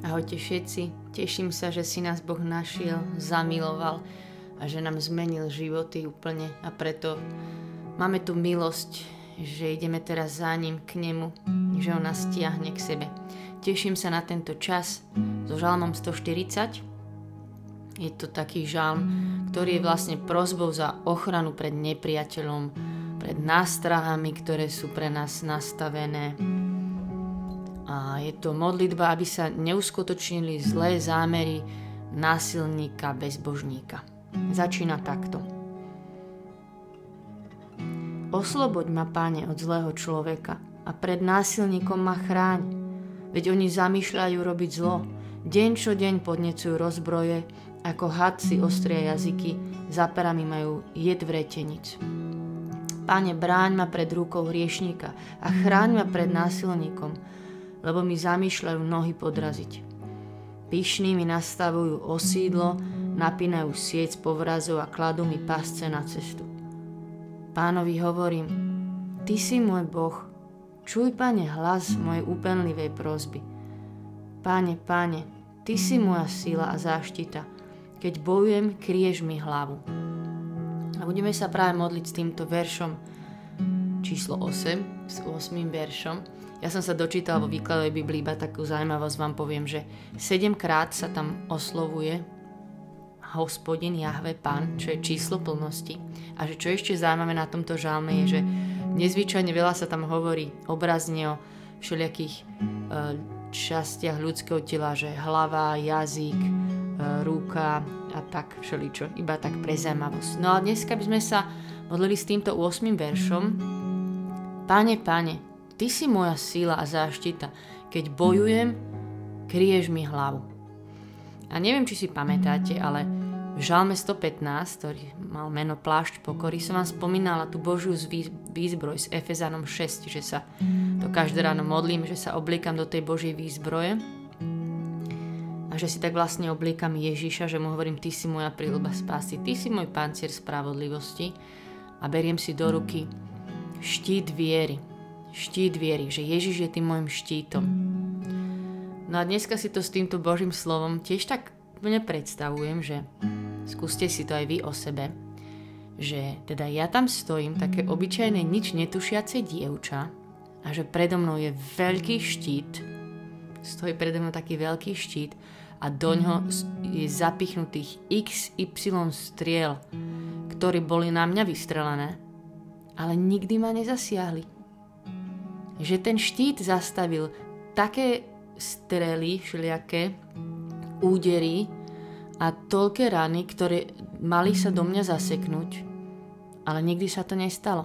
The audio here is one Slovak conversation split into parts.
Ahojte všetci, teším sa, že si nás Boh našiel, zamiloval a že nám zmenil životy úplne a preto máme tu milosť, že ideme teraz za ním k nemu, že on nás stiahne k sebe. Teším sa na tento čas so žalmom 140. Je to taký žalm, ktorý je vlastne prosbou za ochranu pred nepriateľom, pred nástrahami, ktoré sú pre nás nastavené. A je to modlitba, aby sa neuskutočnili zlé zámery násilníka, bezbožníka. Začína takto. Osloboď ma, Pane, od zlého človeka a pred násilníkom ma chráň. Veď oni zamýšľajú robiť zlo. Deň čo deň podnecujú rozbroje, ako hadci ostria jazyky, za perami majú jed vretenic. Pane, bráň ma pred rukou hriešníka a chráň ma pred násilníkom, lebo mi zamýšľajú nohy podraziť. Pyšní mi nastavujú osídlo, napínajú sieť z povrazov a kladú mi pasce na cestu. Pánovi hovorím, Ty si môj Boh, čuj, Pane, hlas mojej úpenlivej prosby. Pane, Ty si moja sila a záštita, keď bojujem, kryješ mi hlavu. A budeme sa práve modliť s týmto veršom číslo 8, s 8. veršom. Ja som sa dočítala vo výkladovej Biblii, iba takú zaujímavosť vám poviem, že 7-krát sa tam oslovuje Hospodin, Jahve, Pán, čo je číslo plnosti. A že čo ešte zaujímavé na tomto žalme je, že nezvyčajne veľa sa tam hovorí obrazne o všelijakých častiach ľudského tela, že hlava, jazyk, ruka a tak všeličo, iba tak pre zaujímavosť. No a dneska by sme sa modlili s týmto 8. veršom. Pane, Ty si moja sila a záštita. Keď bojujem, kryješ mi hlavu. A neviem, či si pamätáte, ale v žalme 115, ktorý mal meno Plášť pokory, som vám spomínala tú Božiu výzbroj s Efezanom 6, že sa to každé ráno modlím, že sa obliekam do tej Božej výzbroje a že si tak vlastne obliekam Ježiša, že mu hovorím, Ty si moja príľuba spásy, Ty si môj pancier spravodlivosti a beriem si do ruky štít viery, že Ježiš je tým môjim štítom. No a dneska si to s týmto Božím slovom tiež tak úplne predstavujem, že skúste si to aj vy o sebe, že teda ja tam stojím, také obyčajné nič netušiace dievča a že predo mnou je veľký štít, stojí predo mnou taký veľký štít a doňho je zapichnutých XY striel, ktoré boli na mňa vystrelené, ale nikdy ma nezasiahli. Že ten štít zastavil také strely, všelijaké údery a toľké rany, ktoré mali sa do mňa zaseknúť, ale nikdy sa to nestalo.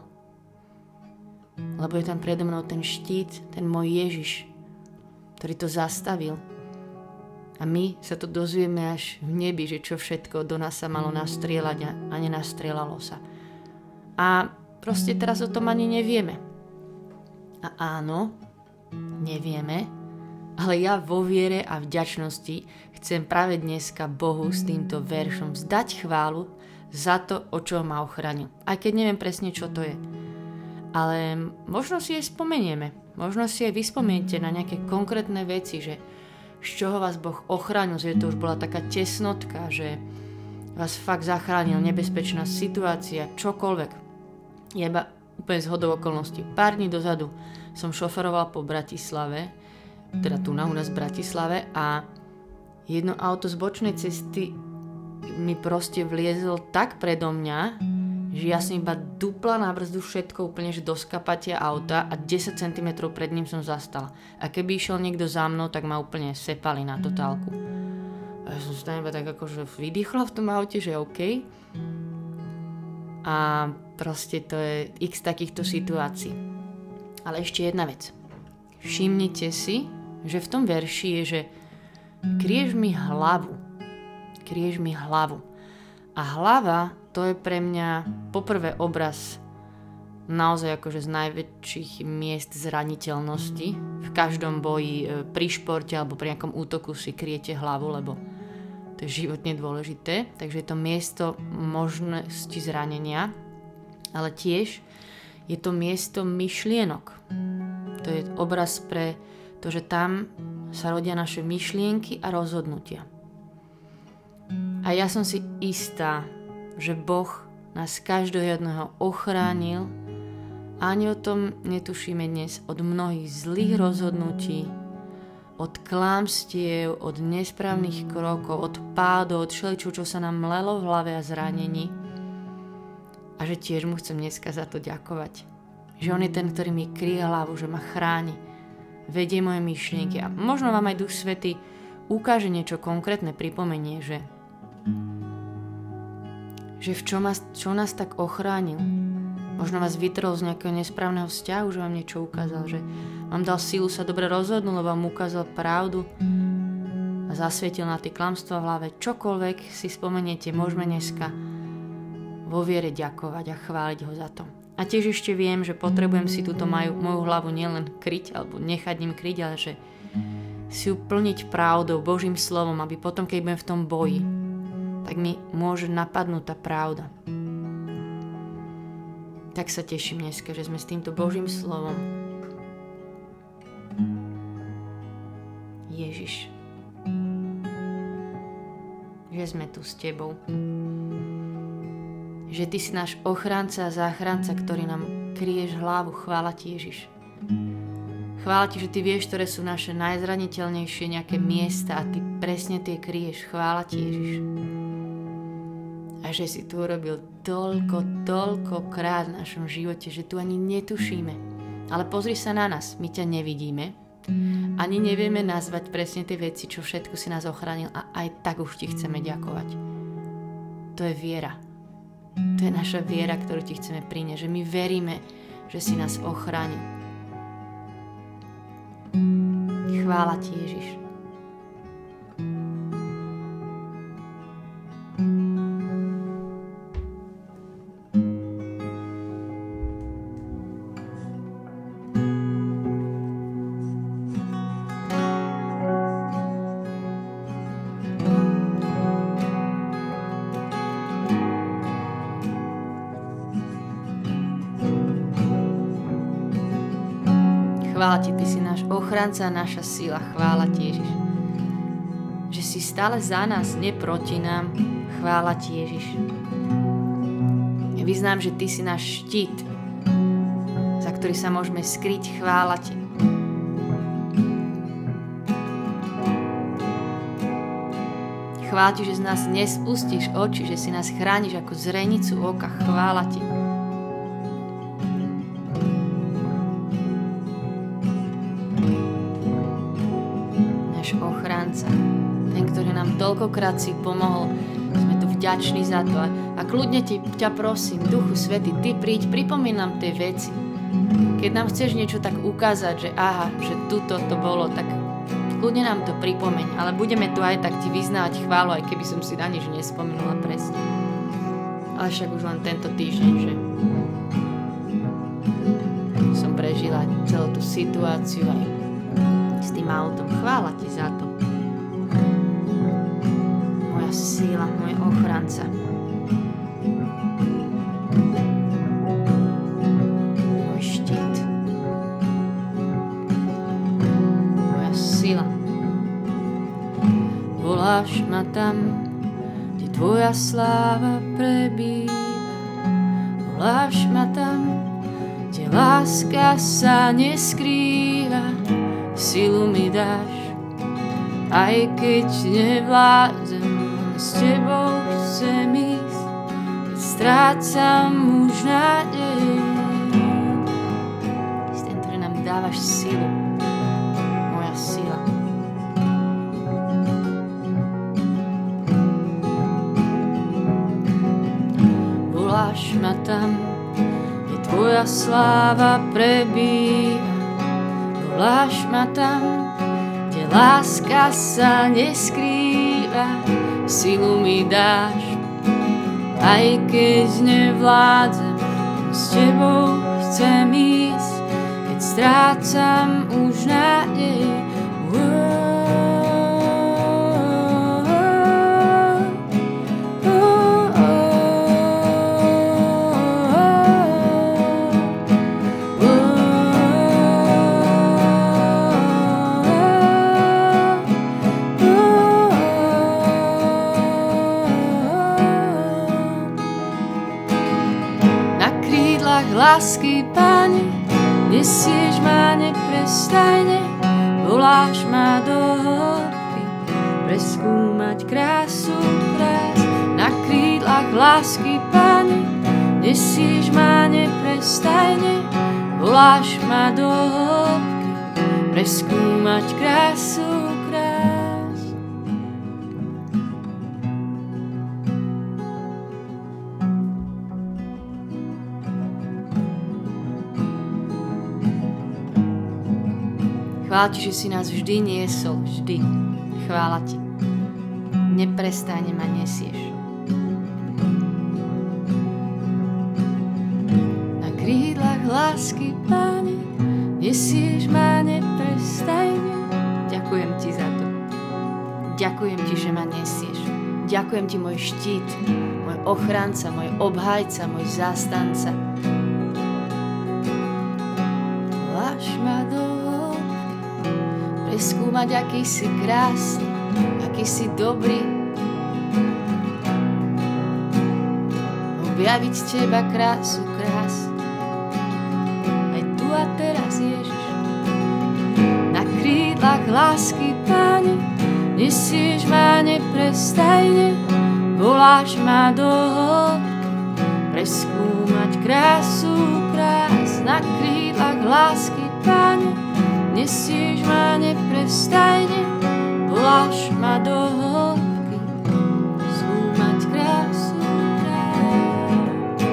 Lebo je tam predo mnou ten štít, ten môj Ježiš, ktorý to zastavil. A my sa to dozvieme až v nebi, že čo všetko do nás sa malo nastrieľať a nenastrieľalo sa. A proste teraz o tom ani nevieme. A áno, nevieme, ale ja vo viere a vďačnosti chcem práve dneska Bohu s týmto veršom vzdať chválu za to, o čo ma ochránil. Aj keď neviem presne, čo to je. Ale možno si aj spomenieme. Možno si aj vyspomeniete na nejaké konkrétne veci, že z čoho vás Boh ochránil, že to už bola taká tesnotka, že vás fakt zachránil nebezpečná situácia, čokoľvek. Iba úplne zhodou okolností. Pár dní dozadu som šoferoval po Bratislave, teda tu u nás v Bratislave a jedno auto z bočnej cesty mi proste vliezlo tak predo mňa, že ja som iba dupla na brzdu všetko úplne že do skapatia auta a 10 cm pred ním som zastala. A keby išiel niekto za mnou, tak ma úplne sepali na totálku. A ja som sa tam iba tak akože vydýchla v tom aute, že OK. A proste to je x takýchto situácií. Ale ešte jedna vec. Všimnite si, že v tom verši je, že kryješ mi hlavu. A hlava, to je pre mňa poprvé obraz naozaj akože z najväčších miest zraniteľnosti. V každom boji, pri športe alebo pri nejakom útoku si kryjete hlavu, lebo to je životne dôležité. Takže je to miesto možnosti zranenia, ale tiež je to miesto myšlienok. To je obraz pre to, že tam sa rodia naše myšlienky a rozhodnutia. A ja som si istá, že Boh nás každého jedného ochránil. Ani o tom netušíme dnes od mnohých zlých rozhodnutí, od klamstiev, od nesprávnych krokov, od pádov, od všeličo, čo sa nám mlelo v hlave a zranení. A že tiež mu chcem dneska za to ďakovať. Že on je ten, ktorý mi kryje hlavu, že ma chráni, vedie moje myšlienky. A možno vám aj Duch Svätý ukáže niečo konkrétne, pripomenie, že čo nás tak ochránil. Možno vás vytrhol z nejakého nesprávneho vzťahu, že vám niečo ukázal, že vám dal silu sa dobre rozhodnúť, lebo vám ukázal pravdu a zasvietil na tie klamstvá v hlave. Čokoľvek si spomeniete, môžeme dneska vo viere ďakovať a chváliť ho za to. A tiež ešte viem, že potrebujem si túto moju hlavu nielen kryť, alebo nechať ním kryť, ale že si ju plniť pravdou, Božím slovom, aby potom, keď budem v tom boji, tak mi môže napadnúť tá pravda. Tak sa teším dneska, že sme s týmto Božím slovom. Ježiš, že sme tu s tebou. Že ty si náš ochránca a záchranca, ktorý nám kryješ hlavu. Chvála ti, Ježiš. Chvála ti, že ty vieš, ktoré sú naše najzraniteľnejšie nejaké miesta a ty presne tie kryješ. Chvála ti, Ježiš. A že si tu urobil toľkokrát v našom živote, že tu ani netušíme. Ale pozri sa na nás, my ťa nevidíme, ani nevieme nazvať presne tie veci, čo všetko si nás ochránil a aj tak už ti chceme ďakovať. To je viera. To je naša viera, ktorú ti chceme priniesť, že my veríme, že si nás ochránil. Chvála ti, Ježiš. Chvála ti, ty si náš ochranca a naša sila. Chvála ti, Ježiš. Že si stále za nás, nie proti nám. Chvála ti, Ježiš. Ja vyznám, že ty si náš štít, za ktorý sa môžeme skryť. Chvála ti. Chvála ti, že z nás nespustíš oči, že si nás chrániš ako zrenicu oka. Chvála ti. Ochránca, ten, ktorý nám toľkokrát si pomohol, sme tu vďační za to a kľudne ťa prosím, Duchu Svätý, ty príď, pripomínam tie veci. Keď nám chceš niečo tak ukázať, že aha, že tuto to bolo, tak kľudne nám to pripomeň, ale budeme tu aj tak ti vyznávať chválu, aj keby som si na nič nespomenula presne. Ale však už len tento týždeň, že som prežila celú tú situáciu aj s tým autom. Chvála ti za to. Moja sila, môj ochranca. Môj štít. Moja sila. Voláš ma tam, kde tvoja sláva prebýva. Voláš ma tam, kde láska sa neskrýva. Silu mi dáš, aj keď nevládzem, s tebou chcem ísť, keď strácam už nádej. Si ten, ktorý nám dávaš silu, moja sila. Voláš ma tam, kde tvoja sláva prebýva. Voláš ma tam, kde láska sa neskrýva. Silu mi dáš, aj keď nevládzem, s tebou chcem ísť, keď strácam už nádej. lásky, Pane, nesieš ma neprestajne, voláš ma do hĺbky, preskúmať krásu krás. Na krídlach lásky, Pane, nesieš ma neprestajne, voláš ma do hĺbky, preskúmať krásu krás. Chvála ti, že si nás vždy niesol, vždy. Chvála ti. Neprestajne ma nesieš. Na krídlach lásky, Pane, nesieš ma neprestajne. Ďakujem ti za to. Ďakujem ti, že ma nesieš. Ďakujem ti, môj štít, môj ochranca, môj obhajca, môj zástanca. Voláš ma do preskúmať, aký si krásny, aký si dobrý. Objaviť teba krásu krás. Aj tu a teraz, Ježiš. Na krídlach lásky, Pane, nesieš ma neprestajne, voláš ma do hĺbky, preskúmať krásu krás. Na krídlach lásky, Pane, nesieš ma neprestajne, voláš ma do hĺbky, skúmať krásu krás.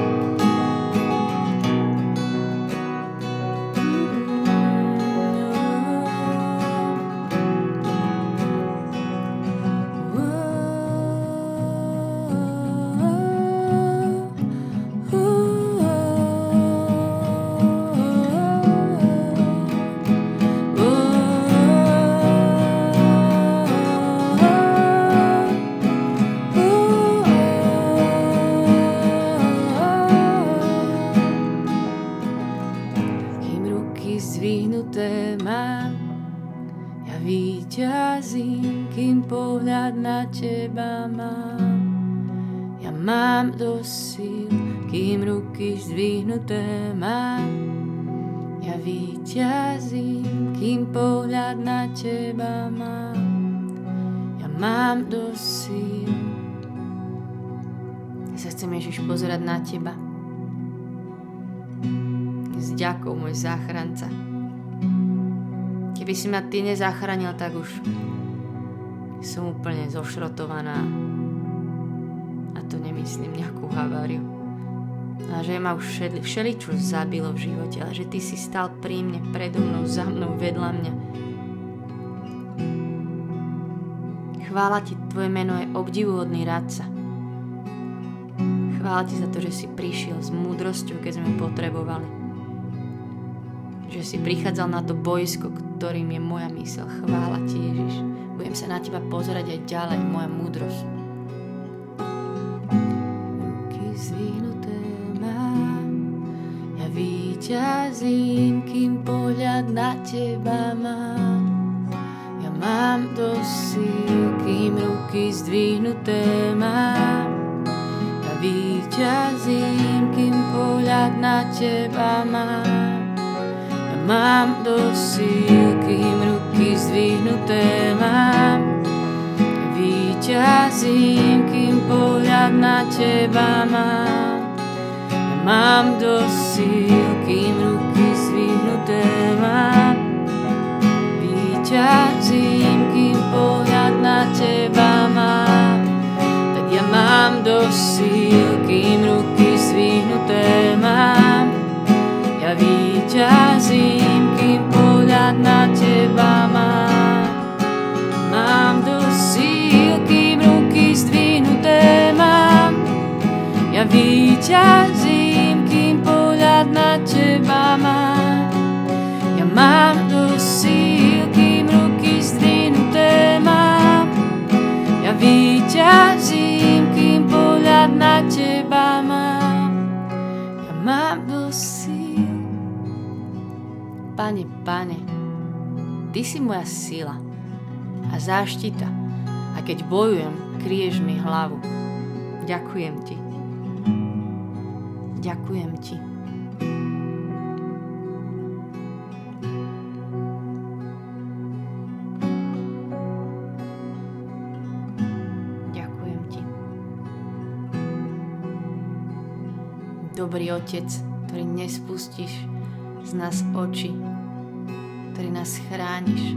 Zdvihnuté mám, ja víťazím, kým pohľad na teba mám. Ja mám dosť síl, kým ruky zdvihnuté mám. Ja víťazím, kým pohľad na teba mám. Ja mám dosť síl. Ja sa chcem, Ježiš, pozerať na teba. S ďakou, môj záchranca. Keby si ma ty nezachránil, tak už som úplne zošrotovaná. A to nemyslím nejakú haváriu. A že ma už všeličo zabilo v živote, ale že ty si stal pri mne, predo mnou, za mnou, vedľa mňa. Chvála ti, tvoje meno je obdivuhodný radca. Chvála ti za to, že si prišiel s múdrosťou, keď sme potrebovali. Že si prichádzal na to boisko, ktorým je moja myseľ. Chvála ti, Ježiš. Budem sa na teba pozerať aj ďalej, moja múdrosť. Ruky zvihnuté mám, ja víťazím, kým pohľad na teba mám. Ja mám dosť síl, kým ruky zdvihnuté mám. Ja víťazím, kým pohľad na teba mám. Mám dosť síl, kým ruky zdvihnuté mám. Víťazím, kým pohľad na teba mám. Ja mám dosť síl, kým ruky zdvihnuté mám. Víťazím, kým pohľad na teba mám. Tak ja mám dosť síl, kým ruky zdvihnuté mám. Ja víťazím, kým pohľad na teba mám. Mám dosť síl, kým ruky zdvihnuté mám. Ja víťazím, kým pohľad na teba mám. Ja mám dosť síl, kým ruky zdvihnuté mám. Ja víťazím, kým pohľad na teba mám. Ja mám dosť síl. Pane, ty si moja sila a záštita a keď bojujem, kryješ mi hlavu. Ďakujem ti. Ďakujem ti. dobrý Otec, ktorý nespustíš z nás oči, ktorý nás chrániš.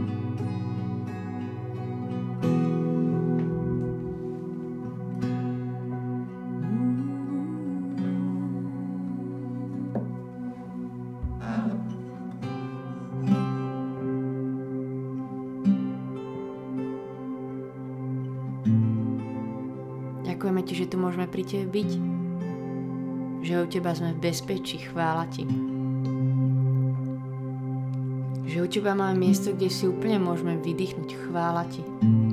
Ďakujeme ti, že tu môžeme pri tebe byť, že u teba sme v bezpečí, chvála ti. Že u teba máme miesto, kde si úplne môžeme vydýchnuť, chvála ti.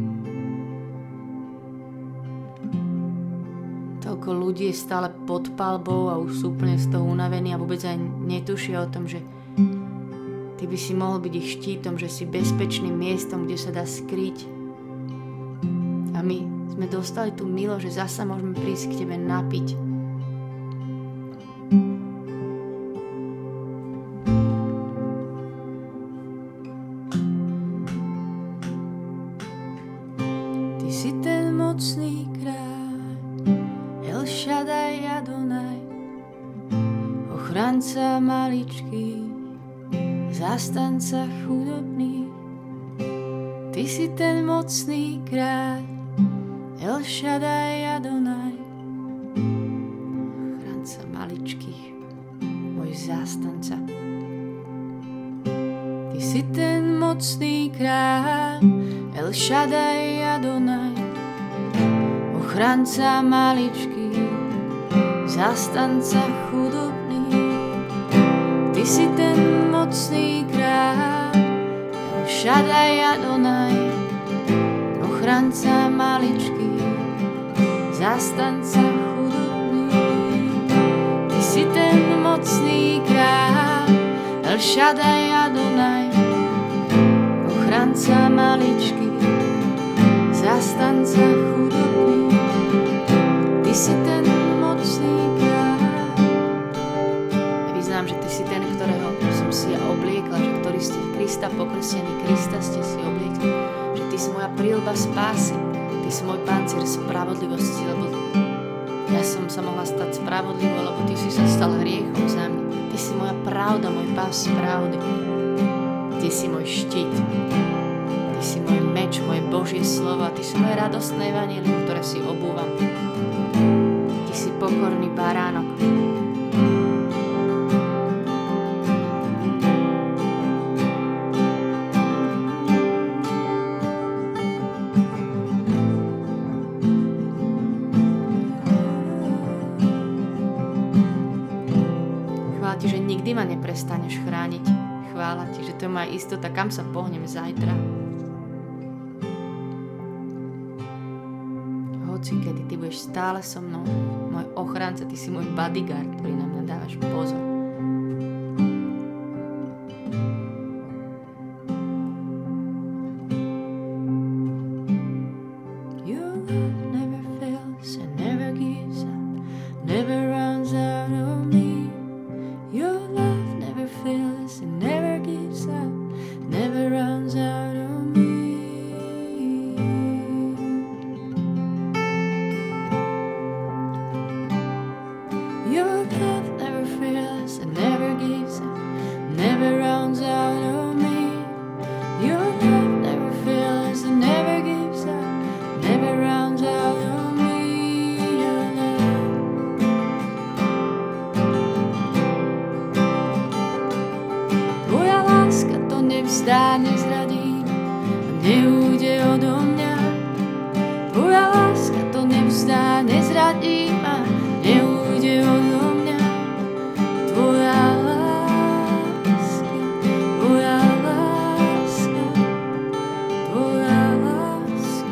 Toľko ľudí je stále pod palbou a už sú úplne z toho unavení a vôbec aj netušia o tom, že ty by si mohol byť ich štítom, že si bezpečným miestom, kde sa dá skryť. A my sme dostali tú milosť, že zasa môžeme prísť k tebe napiť. Ty si ten mocný kráľ, El Shaddai Adonai, ochranca maličký, zástanca chudobný. Ty si ten mocný kráľ, El Shaddai Adonai, ochranca maličkých, môj zástanca. Ty si ten mocný kráľ, El Shaddai Adonai, ochranca maličkých, zástanca chudobný. Ty si ten mocný kráľ, El Shaddai Adonai, ochranca maličký, zástanca chudobný. Ty si ten mocný kráľ, El Shaddai Adonai, ochranca maličký, zástanca chudobný. Ty si ten mocný kráľ. Ja vyznám, že ty si ten, ktorého som si ja obliekla, že ktorý ste Krista pokrstení, Krista ste si obliekli. Že ty si moja príľuba spásy, ty si môj pancier spravodlivosti, lebo ja som sa mohla stať spravodlivou, lebo ty si sa stal hriechom za mňa. Ty si moja pravda, môj pás pravdy. Ty si môj štít. Ty si môj meč, moje Božie slovo a ty si moje radostné evanjelium, ktoré si obúvam. Ty si pokorný baránok. Chvála ti, že nikdy ma neprestaneš chrániť. Chvála ti, že to je moja istota, kam sa pohnem zajtra. Hoci kedy ty budeš stále so mnou, môj ochranca, ty si môj bodyguard, ktorý na mňa dávaš pozor. Your love never fails and never gives up, never runs out on me. Your love never fails and never gives up, never runs out on me. Your love never fails and never gives up, never runs out on me. Your love never fails and never gives up, never runs out on me. Your love. Tvoja láska to nevzdá, nezradí a neújde odo mňa. Tvoja láska to nevzdá, nezradí a neújde odo mňa. Tvoja láska, tvoja láska, tvoja láska.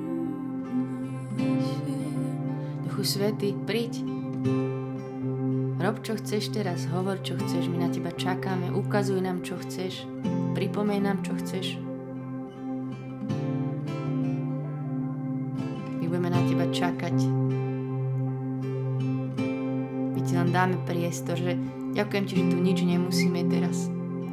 Duchu Svätý, príď. Rob, čo chceš teraz, hovor, čo chceš, my na teba čakáme, ukazuj nám, čo chceš, pripomej nám, čo chceš. My budeme na teba čakať. My ti len dáme priestor, že ďakujem ti, že tu nič nemusíme teraz.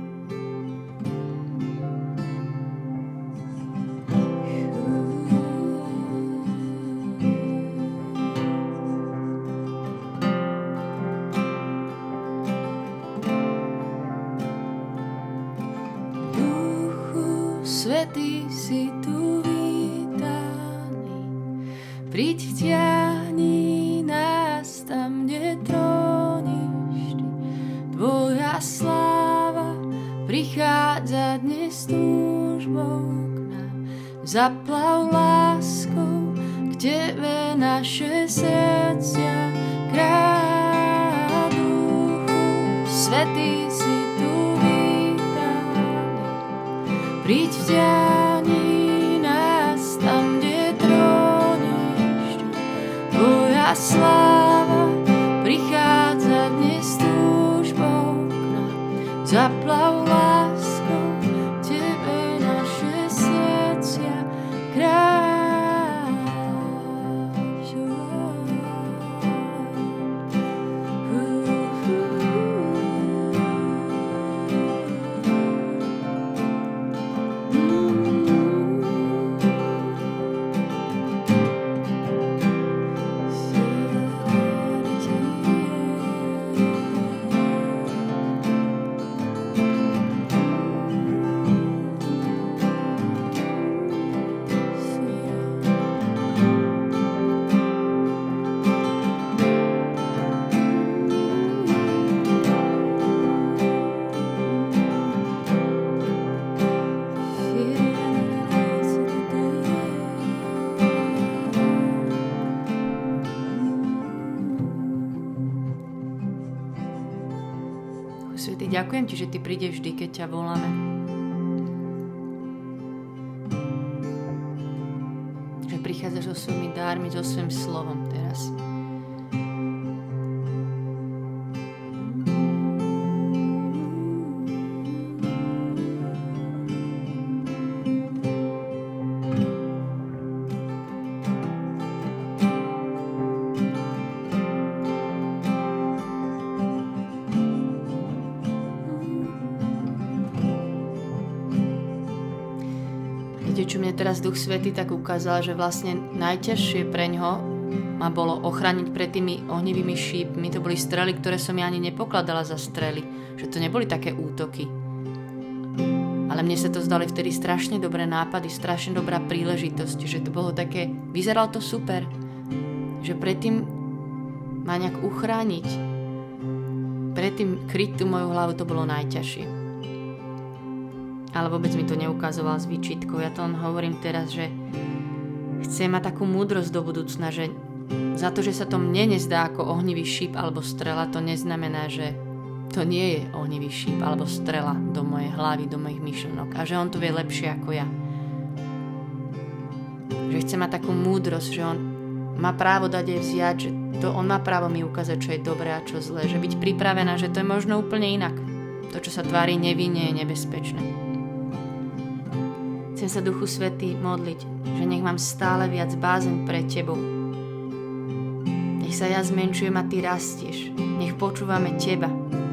Svätý si tu vítaný, príď vtiahni nás tam, kde tróniš ty. Tvoja sláva prichádza dnes túžbou k nám. Zaplav láskou k tebe naše srdcia, kráľ Duchu. Svätý si tu príď vtiahni nás tam, kde tróniš ty. Tvoja sláva prichádza dnes túžbou k nám. Zaplav láskou tebe naše srdcia, kráľ. Svätý, ďakujem ti, že ty prídeš vždy, keď ťa voláme. Že prichádzaš so svojimi dármi, so svojím slovom teraz. Čo mne teraz Duch Svätý tak ukázal, že vlastne najťažšie pre ňoho ma bolo ochrániť pred tými ohnivými šípmi. To boli strely, ktoré som ja ani nepokladala za strely. Že to neboli také útoky. Ale mne sa to zdali vtedy strašne dobré nápady, strašne dobrá príležitosť. Že to bolo také, vyzeralo to super. Že predtým ma nejak uchrániť, predtým kryť tú moju hlavu, to bolo najťažšie. Ale vôbec mi to neukazoval s výčitkou. Ja to len hovorím teraz, že chcem mať takú múdrosť do budúcna, že za to, že sa to mne nezdá ako ohnivý šíp alebo strela, to neznamená, že to nie je ohnivý šíp alebo strela do mojej hlavy, do mojich myšlenok a že on to vie lepšie ako ja. Že chcem mať takú múdrosť, že on má právo dať aj vziať, že to on má právo mi ukázať, čo je dobré a čo zlé, že byť pripravená, že to je možno úplne inak. To, čo sa tvári nevinne, je nebezpečné. Chcem sa, Duchu Svätý, modliť, že nech mám stále viac bázeň pre tebou. Nech sa ja zmenšujem a ty rastieš. Nech počúvame teba.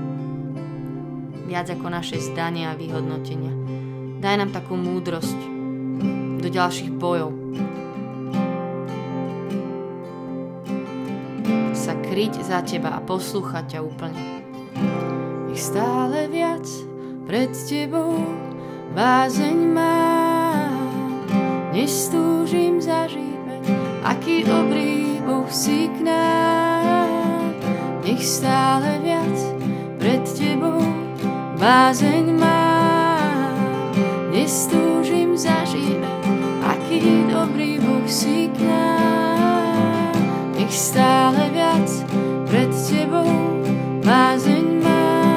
Viac ako naše zdania a vyhodnotenia. Daj nám takú múdrosť do ďalších bojov. Sa kryť za teba a poslúchať ťa úplne. Nech stále viac pred tebou bázeň mám, nestúžim zažívať, aký dobrý Boh si k nám. Nech stále viac pred tebou bázeň mám, nestúžim zažívať, aký dobrý Boh si k nám. Nech stále viac pred tebou bázeň mám.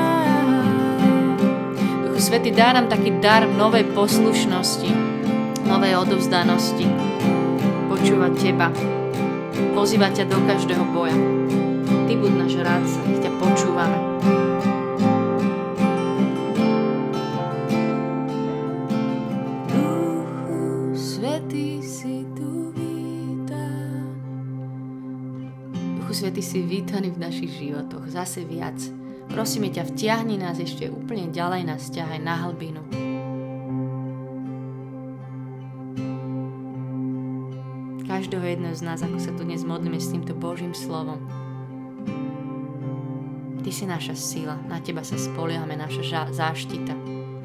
Svätý, dá nám taký dar novej poslušnosti, novej odovzdanosti, počúvať teba, pozývať ťa do každého boja. Ty buď náš rádca, nech ťa počúvame. Duchu Svätý si tu vítam. Duchu Svätý si vítaný v našich životoch, zase viac. Prosíme ťa, vtiahni nás ešte úplne ďalej, nás ťahaj na hlbinu. Každého jedného z nás, ako sa tu dnes modlíme s týmto Božím slovom. Ty si naša sila, na teba sa spoliehame, naša záštita.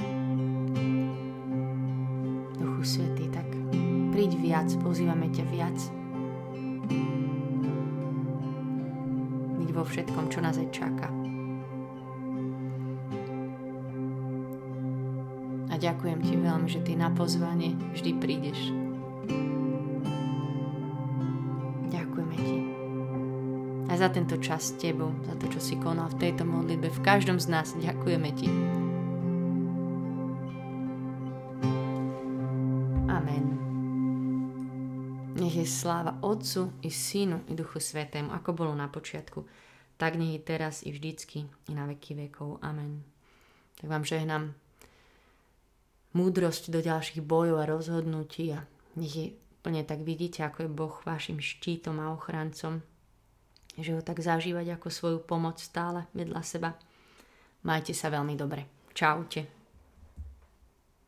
Duchu Svätý, tak príď viac, pozývame ťa viac. Byť vo všetkom, čo nás aj čaká. A ďakujem ti veľmi, že ty na pozvanie vždy prídeš. Ďakujeme ti. A za tento čas s tebou, za to, čo si konal v tejto modlitbe, v každom z nás ďakujeme ti. Amen. Nech je sláva Otcu i Synu i Duchu Svätému, ako bolo na počiatku, tak nech je teraz i vždycky i na veky vekov. Amen. Tak vám žehnám múdrosť do ďalších bojov a rozhodnutí a nech je úplne tak vidíte, ako je Boh vašim štítom a ochrancom, že ho tak zažívať ako svoju pomoc stále vedľa seba. Majte sa veľmi dobre. Čaute.